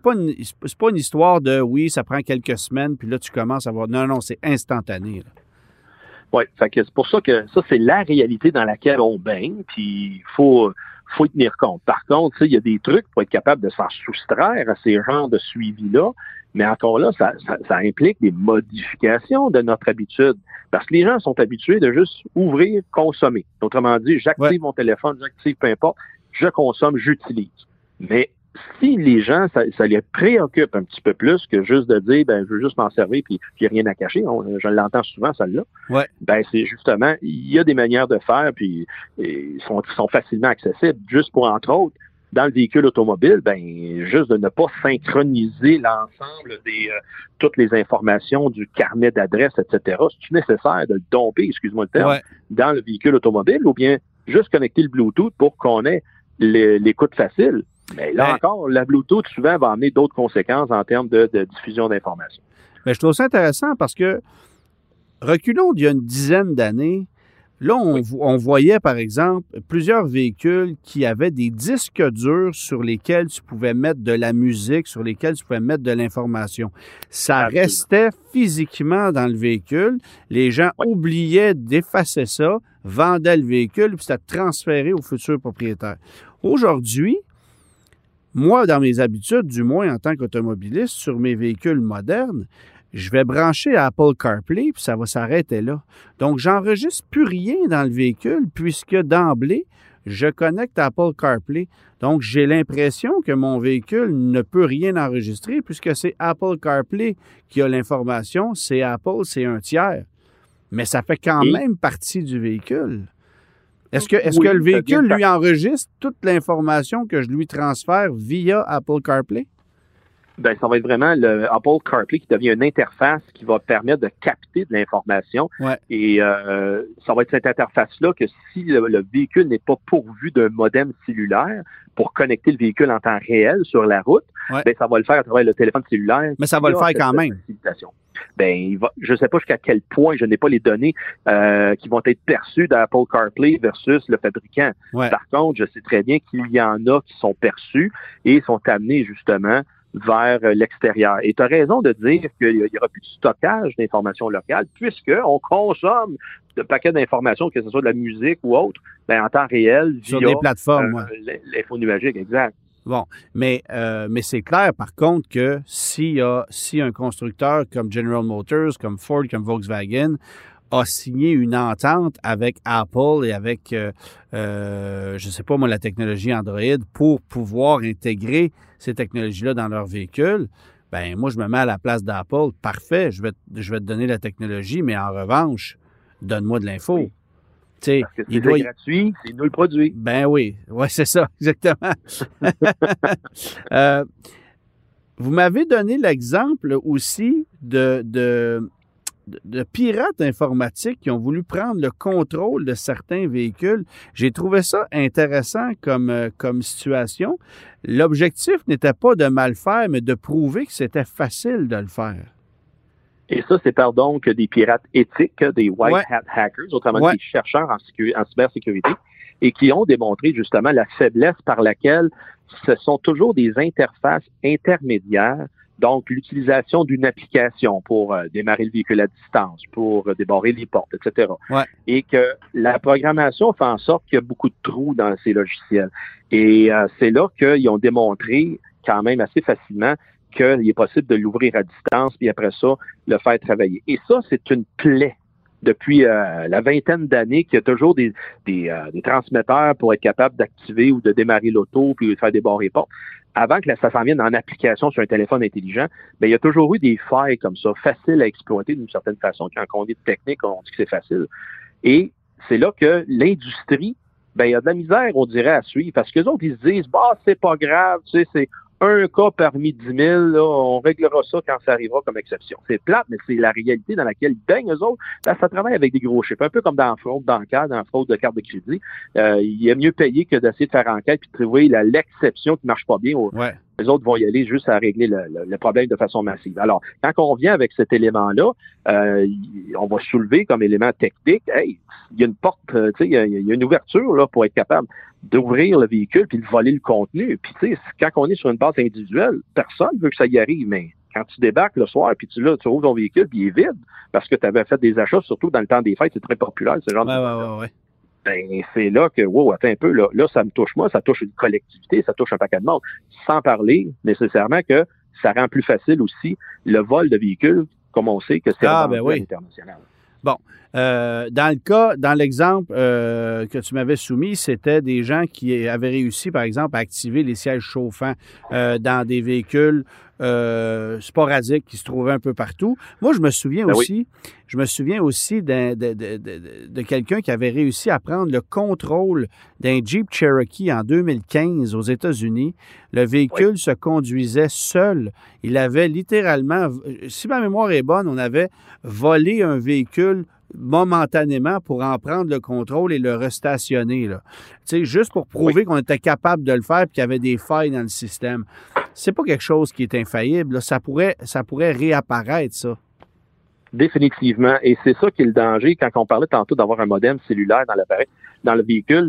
une histoire de oui, ça prend quelques semaines, puis là, tu commences à voir. Non, c'est instantané, là. Oui, fait que c'est pour ça que ça, c'est la réalité dans laquelle on baigne, puis il faut y tenir compte. Par contre, il y a des trucs pour être capable de s'en soustraire à ces genres de suivi-là, mais encore là, ça implique des modifications de notre habitude. Parce que les gens sont habitués de juste ouvrir, consommer. Autrement dit, j'active mon téléphone, j'active peu importe, je consomme, j'utilise. Mais si les gens, ça les préoccupe un petit peu plus que juste de dire, ben, je veux juste m'en servir puis j'ai rien à cacher, je l'entends souvent, celle-là. Ouais. Ben, c'est justement, il y a des manières de faire puis ils sont facilement accessibles. Juste pour, entre autres, dans le véhicule automobile, ben, juste de ne pas synchroniser l'ensemble des toutes les informations du carnet d'adresses, etc. C'est nécessaire de le domper, excuse-moi le terme, dans le véhicule automobile, ou bien juste connecter le Bluetooth pour qu'on ait l'écoute facile. Mais là encore, la Bluetooth, souvent, va amener d'autres conséquences en termes de diffusion d'informations. Mais je trouve ça intéressant parce que, reculons d'il y a une dizaine d'années, là, on voyait, par exemple, plusieurs véhicules qui avaient des disques durs sur lesquels tu pouvais mettre de la musique, sur lesquels tu pouvais mettre de l'information. Ça restait physiquement dans le véhicule. Les gens oubliaient d'effacer ça, vendaient le véhicule, puis c'était transféré au futur propriétaire. Aujourd'hui, moi, dans mes habitudes, du moins en tant qu'automobiliste, sur mes véhicules modernes, je vais brancher Apple CarPlay, puis ça va s'arrêter là. Donc, j'enregistre plus rien dans le véhicule, puisque d'emblée, je connecte Apple CarPlay. Donc, j'ai l'impression que mon véhicule ne peut rien enregistrer, puisque c'est Apple CarPlay qui a l'information. C'est Apple, c'est un tiers. Mais ça fait quand même partie du véhicule. Est-ce que le véhicule lui enregistre toute l'information que je lui transfère via Apple CarPlay? Ben, ça va être vraiment le Apple CarPlay qui devient une interface qui va permettre de capter de l'information. Ouais. Et ça va être cette interface-là que si le véhicule n'est pas pourvu d'un modem cellulaire pour connecter le véhicule en temps réel sur la route, ben, ça va le faire à travers le téléphone cellulaire. Mais ça va le faire quand même. Ben, je ne sais pas jusqu'à quel point, je n'ai pas les données qui vont être perçues d'Apple CarPlay versus le fabricant. Ouais. Par contre, je sais très bien qu'il y en a qui sont perçus et sont amenés justement vers l'extérieur. Et tu as raison de dire qu'il n'y aura plus de stockage d'informations locales puisqu'on consomme de paquets d'informations, que ce soit de la musique ou autre, ben, en temps réel sur via des plateformes, l'info numérique, exact. Bon, mais c'est clair, par contre, que si un constructeur comme General Motors, comme Ford, comme Volkswagen a signé une entente avec Apple et avec, je sais pas moi, la technologie Android pour pouvoir intégrer ces technologies-là dans leur véhicule, ben moi, je me mets à la place d'Apple. Parfait, je vais te donner la technologie, mais en revanche, donne-moi de l'info. Oui. Parce que c'est gratuit, c'est nous le produit. Ben oui, c'est ça, exactement. Vous m'avez donné l'exemple aussi de pirates informatiques qui ont voulu prendre le contrôle de certains véhicules. J'ai trouvé ça intéressant comme situation. L'objectif n'était pas de mal faire, mais de prouver que c'était facile de le faire. Et ça, c'est par donc des pirates éthiques, des white hat hackers, autrement dit des chercheurs en cybersécurité, et qui ont démontré justement la faiblesse par laquelle ce sont toujours des interfaces intermédiaires. Donc, l'utilisation d'une application pour démarrer le véhicule à distance, pour débarrer les portes, etc. Ouais. Et que la programmation fait en sorte qu'il y a beaucoup de trous dans ces logiciels. Et c'est là qu'ils ont démontré quand même assez facilement qu'il est possible de l'ouvrir à distance, puis après ça, le faire travailler. Et ça, c'est une plaie. Depuis la vingtaine d'années qu'il y a toujours des transmetteurs pour être capable d'activer ou de démarrer l'auto puis de faire débarrer les portes. Avant que ça s'en vienne en application sur un téléphone intelligent, ben, il y a toujours eu des failles comme ça, faciles à exploiter d'une certaine façon. Quand on est technique, on dit que c'est facile. Et c'est là que l'industrie, ben, il y a de la misère, on dirait, à suivre. Parce que les autres, ils se disent, c'est pas grave, tu sais, c'est un cas parmi 10 000, là, on réglera ça quand ça arrivera comme exception. C'est plate, mais c'est la réalité dans laquelle ils baignent, eux autres. Là, ça travaille avec des gros chiffres, un peu comme dans la fraude bancaire, dans la fraude de carte de crédit. Il est mieux payé que d'essayer de faire enquête et de trouver l'exception qui marche pas bien. Les autres vont y aller juste à régler le problème de façon massive. Alors, quand on vient avec cet élément-là, on va soulever comme élément technique, il y a une porte, il y a une ouverture là pour être capable d'ouvrir le véhicule puis de voler le contenu. Puis, tu sais, quand on est sur une base individuelle, personne ne veut que ça y arrive, mais quand tu débarques le soir puis tu ouvres ton véhicule puis il est vide parce que tu avais fait des achats, surtout dans le temps des fêtes, c'est très populaire, ce genre de choses. Ouais. Ben, c'est là que, attends un peu, là, ça me touche moi, ça touche une collectivité, ça touche un paquet de monde. Sans parler nécessairement que ça rend plus facile aussi le vol de véhicules, comme on sait que c'est international. Bon, dans l'exemple que tu m'avais soumis, c'était des gens qui avaient réussi, par exemple, à activer les sièges chauffants dans des véhicules sporadiques qui se trouvaient un peu partout. Moi, je me souviens aussi de quelqu'un qui avait réussi à prendre le contrôle d'un Jeep Cherokee en 2015 aux États-Unis. Le véhicule se conduisait seul. Il avait littéralement, si ma mémoire est bonne, on avait volé un véhicule momentanément pour en prendre le contrôle et le restationner, là. Tu sais, juste pour prouver qu'on était capable de le faire et qu'il y avait des failles dans le système. C'est pas quelque chose qui est infaillible, là. Ça pourrait réapparaître, ça. Définitivement. Et c'est ça qui est le danger quand on parlait tantôt d'avoir un modem cellulaire dans le véhicule.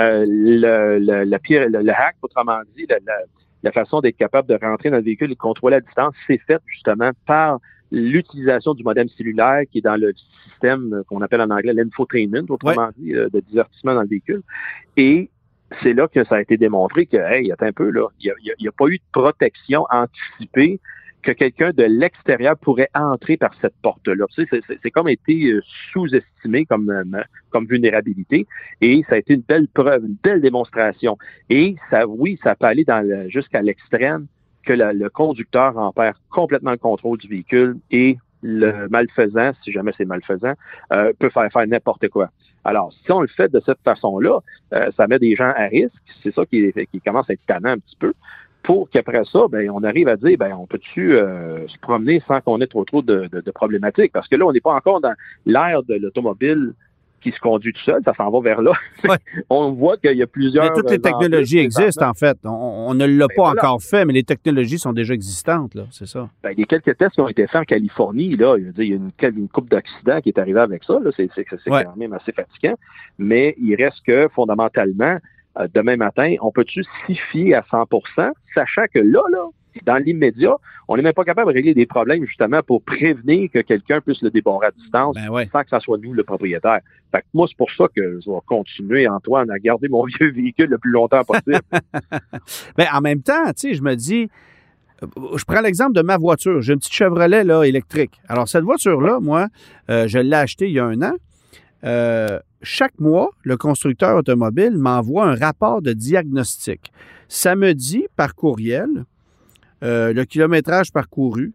Le hack, autrement dit, la façon d'être capable de rentrer dans le véhicule et de contrôler à distance, c'est fait justement par l'utilisation du modem cellulaire qui est dans le système qu'on appelle en anglais l'infotainment, autrement dit, de divertissement dans le véhicule. Et c'est là que ça a été démontré que, attends un peu, là, il n'y a pas eu de protection anticipée que quelqu'un de l'extérieur pourrait entrer par cette porte-là. Tu sais, c'est comme été sous-estimé comme vulnérabilité, et ça a été une belle preuve, une belle démonstration. Et ça peut aller jusqu'à l'extrême que le conducteur en perd complètement le contrôle du véhicule et le malfaisant, si jamais c'est malfaisant, peut faire n'importe quoi. Alors, si on le fait de cette façon-là, ça met des gens à risque. C'est ça qui commence à être tannant un petit peu. Pour qu'après ça, ben, on arrive à dire, ben, on peut-tu se promener sans qu'on ait trop de problématiques? Parce que là, on n'est pas encore dans l'ère de l'automobile qui se conduit tout seul, ça s'en va vers là. Ouais. On voit qu'il y a plusieurs... Mais toutes les technologies existent, en fait. On ne l'a pas encore fait, mais les technologies sont déjà existantes, là, c'est ça. Ben, il y a quelques tests qui ont été faits en Californie, là. Il y a une couple d'accidents qui est arrivée avec ça, là. C'est quand même assez fatigant. Mais il reste que, fondamentalement, demain matin, on peut-tu s'y fier à 100%, sachant que là, dans l'immédiat, on n'est même pas capable de régler des problèmes justement pour prévenir que quelqu'un puisse le débarrer à distance sans que ça soit nous le propriétaire. Fait que moi, c'est pour ça que je vais continuer, Antoine, à garder mon vieux véhicule le plus longtemps possible. Ben, en même temps, tu sais, je me dis, je prends l'exemple de ma voiture. J'ai une petite Chevrolet là, électrique. Alors, cette voiture-là, moi, je l'ai achetée il y a 1 an. Chaque mois, le constructeur automobile m'envoie un rapport de diagnostic. Ça me dit par courriel le kilométrage parcouru,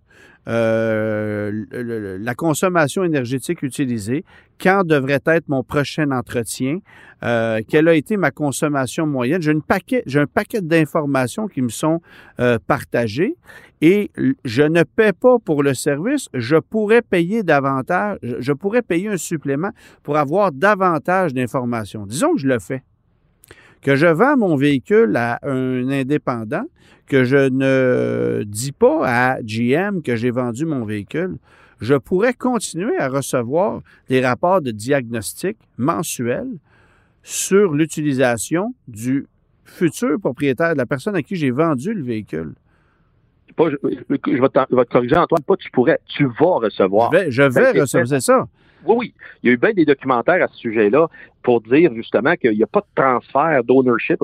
la consommation énergétique utilisée, quand devrait être mon prochain entretien, quelle a été ma consommation moyenne. J'ai un paquet d'informations qui me sont partagées et je ne paie pas pour le service. Je pourrais payer davantage, je pourrais payer un supplément pour avoir davantage d'informations. Disons que je le fais. Que je vends mon véhicule à un indépendant, que je ne dis pas à GM que j'ai vendu mon véhicule, je pourrais continuer à recevoir des rapports de diagnostic mensuels sur l'utilisation du futur propriétaire, de la personne à qui j'ai vendu le véhicule. Je vais te corriger, Antoine, pas tu pourrais, tu vas recevoir. Je vais recevoir, c'est ça. Oui. Il y a eu bien des documentaires à ce sujet-là pour dire justement qu'il n'y a pas de transfert d'ownership,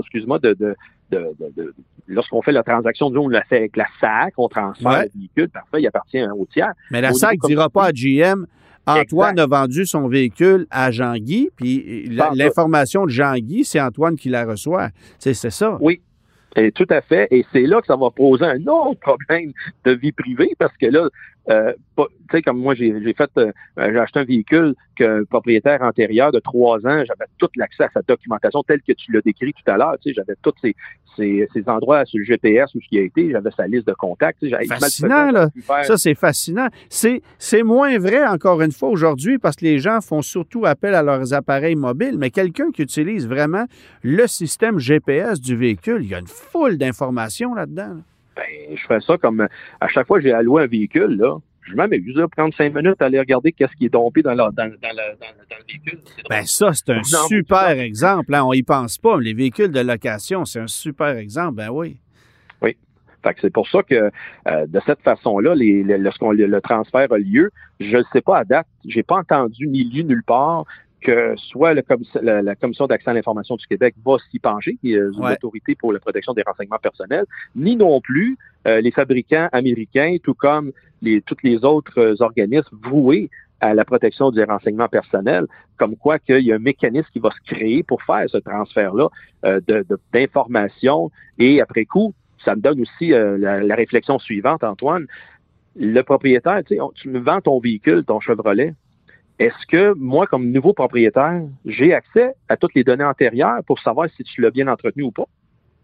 lorsqu'on fait la transaction, on l'a fait avec la SAC, on transfère le véhicule, parfois il appartient au tiers. Mais la SAC ne dira pas à GM, Antoine a vendu son véhicule à Jean-Guy, puis l'information de Jean-Guy, c'est Antoine qui la reçoit. C'est ça. Oui. Et tout à fait. Et c'est là que ça va poser un autre problème de vie privée parce que là, tu sais, comme moi, j'ai acheté un véhicule qu'un propriétaire antérieur de 3 ans, j'avais tout l'accès à sa documentation telle que tu l'as décrit tout à l'heure. Tu sais, j'avais tous ces endroits sur le GPS où il a été, j'avais sa liste de contacts. Tu sais, fascinant, là. Ça, c'est fascinant. C'est moins vrai, encore une fois, aujourd'hui, parce que les gens font surtout appel à leurs appareils mobiles, mais quelqu'un qui utilise vraiment le système GPS du véhicule, il y a une foule d'informations là-dedans. Là. Ben, je fais ça comme à chaque fois que j'ai alloué un véhicule, là, je m'amuse à prendre 5 minutes à aller regarder qu'est-ce qui est dompé dans le véhicule. Ben ça, c'est un super exemple. Hein. On y pense pas, mais les véhicules de location, c'est un super exemple. Ben oui. Oui. Fait que c'est pour ça que de cette façon-là, lorsqu'on le transfert a lieu, je ne sais pas à date, j'ai pas entendu ni lu nulle part que soit la Commission d'accès à l'information du Québec va s'y pencher, qui est l'autorité pour la protection des renseignements personnels, ni non plus les fabricants américains, tout comme tous les autres organismes voués à la protection des renseignements personnels, comme quoi qu'il y a un mécanisme qui va se créer pour faire ce transfert-là d'informations. Et après coup, ça me donne aussi la réflexion suivante, Antoine. Le propriétaire, tu me vends ton véhicule, ton Chevrolet. Est-ce que moi, comme nouveau propriétaire, j'ai accès à toutes les données antérieures pour savoir si tu l'as bien entretenu ou pas?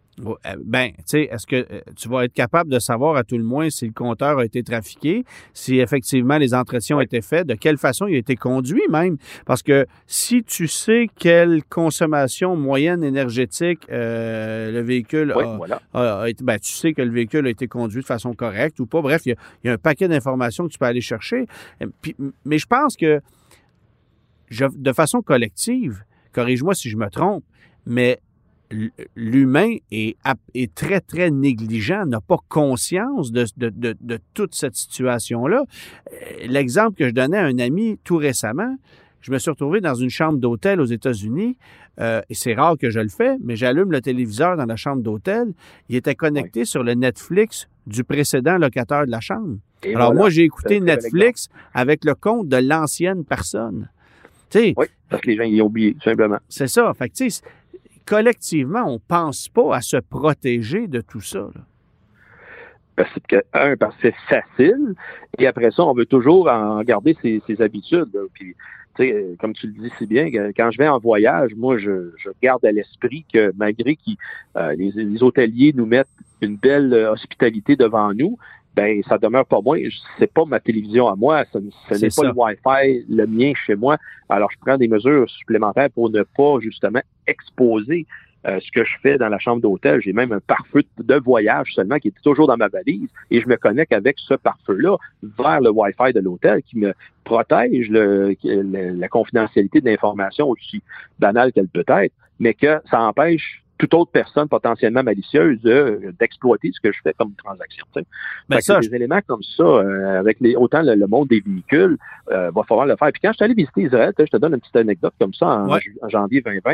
Ben, tu sais, est-ce que tu vas être capable de savoir à tout le moins si le compteur a été trafiqué, si effectivement les entretiens ont été faits, de quelle façon il a été conduit même? Parce que si tu sais quelle consommation moyenne énergétique le véhicule a été, ben, tu sais que le véhicule a été conduit de façon correcte ou pas. Bref, il y a un paquet d'informations que tu peux aller chercher. Mais je pense que de façon collective, corrige-moi si je me trompe, mais l'humain est très, très négligent, n'a pas conscience de toute cette situation-là. L'exemple que je donnais à un ami tout récemment, je me suis retrouvé dans une chambre d'hôtel aux États-Unis, et c'est rare que je le fais, mais j'allume le téléviseur dans la chambre d'hôtel, il était connecté sur le Netflix du précédent locataire de la chambre. Et alors moi, j'ai écouté Netflix avec le compte de l'ancienne personne. T'sais, oui, parce que les gens y ont oublié, tout simplement. C'est ça. Fait que, tu sais, collectivement, on ne pense pas à se protéger de tout ça. Là. parce que c'est facile, et après ça, on veut toujours en garder ses habitudes. Là. Puis, tu sais, comme tu le dis si bien, quand je vais en voyage, moi, je garde à l'esprit que malgré que les hôteliers nous mettent une belle hospitalité devant nous, ben ça demeure pas moi. C'est pas ma télévision à moi, ce n'est pas le Wi-Fi, le mien chez moi. Alors, je prends des mesures supplémentaires pour ne pas, justement, exposer ce que je fais dans la chambre d'hôtel. J'ai même un pare-feu de voyage seulement qui est toujours dans ma valise et je me connecte avec ce pare-feu-là vers le Wi-Fi de l'hôtel qui me protège la confidentialité de l'information aussi banale qu'elle peut être, mais que ça empêche toute autre personne potentiellement malicieuse d'exploiter ce que je fais comme transaction. Des éléments comme ça, avec autant le monde des véhicules, va falloir le faire. Puis quand je suis allé visiter Israël, je te donne une petite anecdote comme ça en janvier 2020.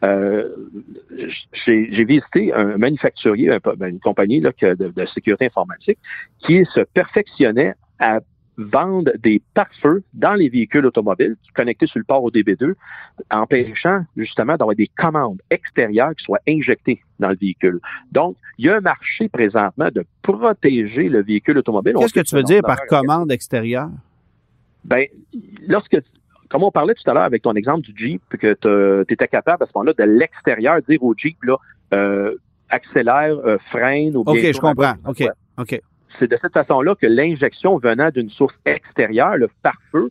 J'ai visité un manufacturier, une compagnie là, de sécurité informatique qui se perfectionnait à vendre des pare-feux dans les véhicules automobiles connectés sur le port au DB2, empêchant justement d'avoir des commandes extérieures qui soient injectées dans le véhicule. Donc, il y a un marché présentement de protéger le véhicule automobile. Qu'est-ce que tu veux dire par commande extérieure? Ben, comme on parlait tout à l'heure avec ton exemple du Jeep, que tu étais capable à ce moment-là de l'extérieur dire au Jeep, là, accélère, freine. Ou bien OK, je comprends. OK. C'est de cette façon-là que l'injection venant d'une source extérieure, le pare-feu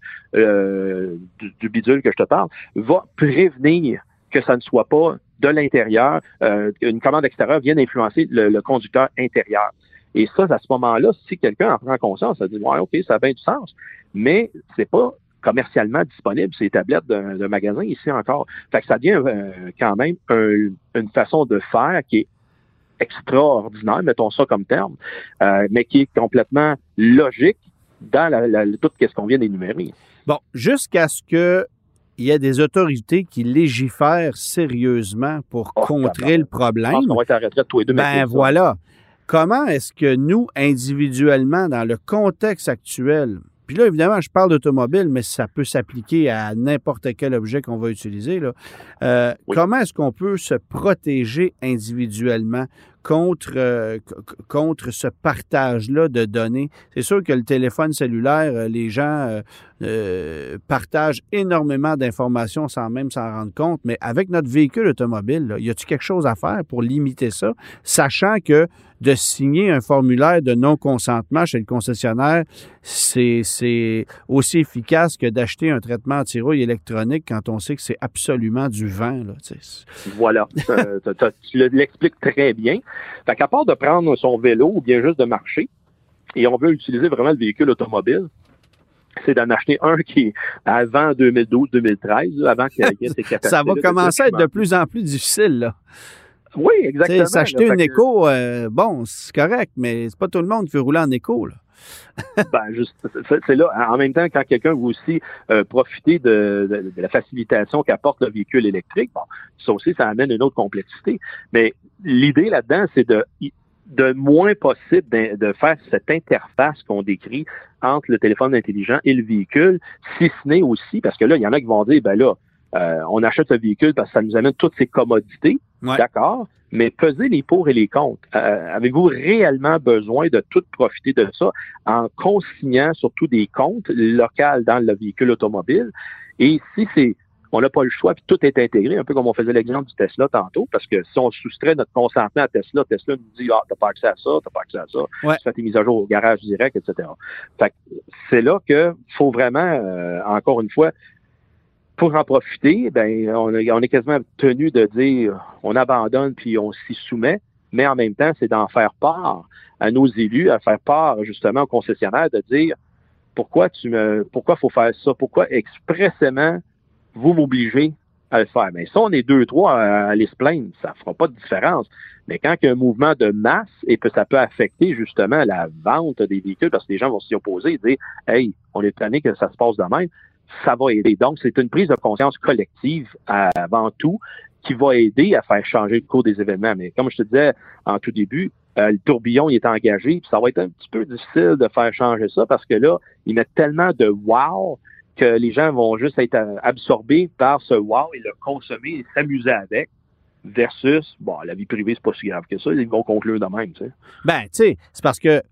du bidule que je te parle, va prévenir que ça ne soit pas de l'intérieur, une commande extérieure vienne influencer le conducteur intérieur. Et ça, à ce moment-là, si quelqu'un en prend conscience, ça dit « Ouais, OK, ça a bien du sens », mais c'est pas commercialement disponible, ces tablettes d'un magasin ici encore. Fait que ça devient quand même une façon de faire qui est extraordinaire, mettons ça comme terme, mais qui est complètement logique dans tout ce qu'on vient d'énumérer. Bon, jusqu'à ce qu'il y ait des autorités qui légifèrent sérieusement pour contrer le problème. Je pense qu'on va être à la retraite tous les deux. Ben voilà. Comment est-ce que nous, individuellement, dans le contexte actuel, puis là, évidemment, je parle d'automobile, mais ça peut s'appliquer à n'importe quel objet qu'on va utiliser, là. Comment est-ce qu'on peut se protéger individuellement contre ce partage-là de données? C'est sûr que le téléphone cellulaire, les gens partagent énormément d'informations sans même s'en rendre compte, mais avec notre véhicule automobile, là, y a-t-il quelque chose à faire pour limiter ça, sachant que de signer un formulaire de non-consentement chez le concessionnaire, c'est aussi efficace que d'acheter un traitement anti-rouille électronique quand on sait que c'est absolument du vent, là, Voilà. Tu l'expliques très bien. Fait qu'à part de prendre son vélo ou bien juste de marcher, et on veut utiliser vraiment le véhicule automobile, c'est d'en acheter un qui est avant 2012-2013, avant qu'il y ait ses capacités. Ça va commencer à être de plus en plus difficile, là. Oui, exactement. S'acheter une éco, bon, c'est correct, mais c'est pas tout le monde qui veut rouler en éco, là. C'est là, en même temps, quand quelqu'un veut aussi profiter de la facilitation qu'apporte le véhicule électrique, bon, ça aussi, ça amène une autre complexité. Mais l'idée là-dedans, c'est de moins possible de faire cette interface qu'on décrit entre le téléphone intelligent et le véhicule, si ce n'est aussi, parce que là, il y en a qui vont dire, ben là, on achète le véhicule parce que ça nous amène toutes ces commodités, d'accord, mais pesez les pour et les contre. Avez-vous réellement besoin de tout profiter de ça en consignant surtout des comptes locaux dans le véhicule automobile? Et si on n'a pas le choix, puis tout est intégré, un peu comme on faisait l'exemple du Tesla tantôt, parce que si on soustrait notre consentement à Tesla nous dit « Ah, t'as pas accès à ça, t'as pas accès à ça, tu fais tes mises à jour au garage direct, etc. » Fait que c'est là que faut vraiment, encore une fois, pour en profiter, ben on est quasiment tenu de dire on abandonne puis on s'y soumet, mais en même temps, c'est d'en faire part à nos élus, à faire part justement aux concessionnaires de dire pourquoi faut faire ça, pourquoi expressément vous m'obligez à le faire. Mais si on est 2-3 à aller se plaindre, ça fera pas de différence. Mais quand il y a un mouvement de masse et que ça peut affecter justement la vente des véhicules, parce que les gens vont s'y opposer et dire hey, on est tanné que ça se passe de même, ça va aider. Donc, c'est une prise de conscience collective avant tout qui va aider à faire changer le cours des événements. Mais comme je te disais en tout début, le tourbillon il est engagé, puis ça va être un petit peu difficile de faire changer ça parce que là, ils mettent tellement de wow que les gens vont juste être absorbés par ce wow et le consommer et s'amuser avec. Versus, bon, la vie privée, c'est pas si grave que ça. Ils vont conclure de même, tu sais. Ben, tu sais, c'est parce que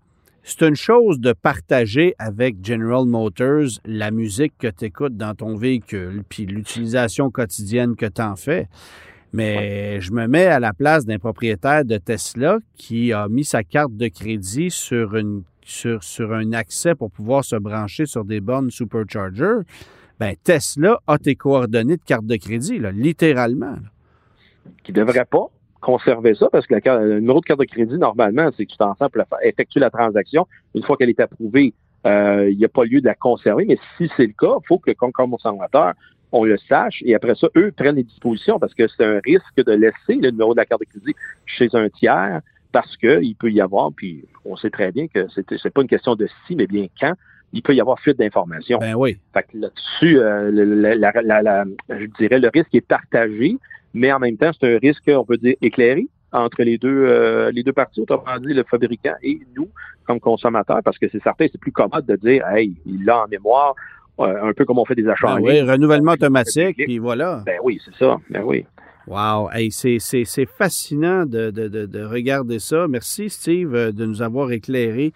c'est une chose de partager avec General Motors la musique que tu écoutes dans ton véhicule, puis l'utilisation quotidienne que tu en fais. Mais je me mets à la place d'un propriétaire de Tesla qui a mis sa carte de crédit sur un accès pour pouvoir se brancher sur des bornes Supercharger. Ben Tesla a tes coordonnées de carte de crédit, là, littéralement. Là. Qui ne devrait pas conserver ça, parce que le numéro de carte de crédit, normalement, c'est que tu t'en sers pour effectuer la transaction. Une fois qu'elle est approuvée, il n'y a pas lieu de la conserver. Mais si c'est le cas, il faut que, comme consommateur, on le sache, et après ça, eux prennent les dispositions, parce que c'est un risque de laisser le numéro de la carte de crédit chez un tiers, parce qu'il peut y avoir, puis on sait très bien que c'est pas une question de si, mais bien quand, il peut y avoir fuite d'informations. Ben oui. Fait que là-dessus, je dirais, le risque est partagé, mais en même temps, c'est un risque, on peut dire, éclairé entre les deux parties, autrement dit, le fabricant et nous, comme consommateurs, parce que c'est certain, c'est plus commode de dire, hey, il l'a en mémoire, un peu comme on fait des achats en ligne. Oui, renouvellement automatique, puis voilà. Ben oui, c'est ça. Ben oui. Wow! Hey, c'est fascinant de regarder ça. Merci, Steve, de nous avoir éclairé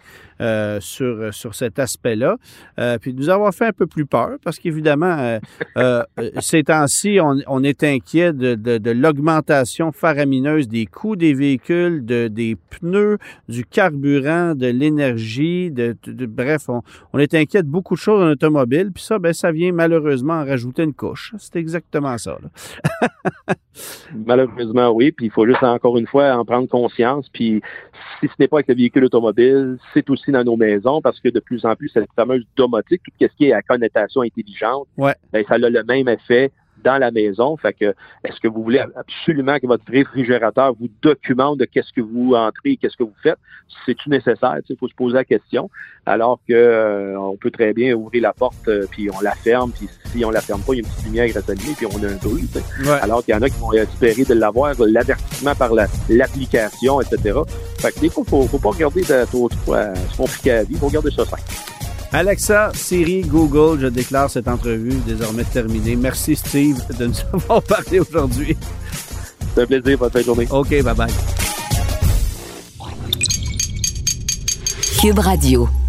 sur cet aspect-là. Puis de nous avoir fait un peu plus peur, parce qu'évidemment, ces temps-ci, on est inquiet de l'augmentation faramineuse des coûts des véhicules, des pneus, du carburant, de l'énergie, bref, on est inquiet de beaucoup de choses en automobile. Puis ça, ça vient malheureusement en rajouter une couche. C'est exactement ça, là. Malheureusement, oui. Puis il faut juste, encore une fois, en prendre conscience. Puis si ce n'est pas avec le véhicule automobile, c'est aussi dans nos maisons, parce que de plus en plus, cette fameuse domotique, tout ce qui est à connotation intelligente, ouais. Ça a le même effet dans la maison. Fait que, est-ce que vous voulez absolument que votre réfrigérateur vous documente de qu'est-ce que vous entrez et qu'est-ce que vous faites? C'est-tu nécessaire? Il faut se poser la question. Alors que on peut très bien ouvrir la porte, puis on la ferme, puis si on la ferme pas, il y a une petite lumière qui reste allumée, puis on a un bruit. Ouais. Alors qu'il y en a qui vont espérer de l'avoir, l'avertissement par l'application, etc. Fait que des fois, faut pas regarder trop compliqué à la vie, faut regarder ça simple. Alexa, Siri, Google, je déclare cette entrevue désormais terminée. Merci, Steve, de nous avoir parlé aujourd'hui. C'est un plaisir. Bonne fin de journée. OK, bye-bye. Cube Radio.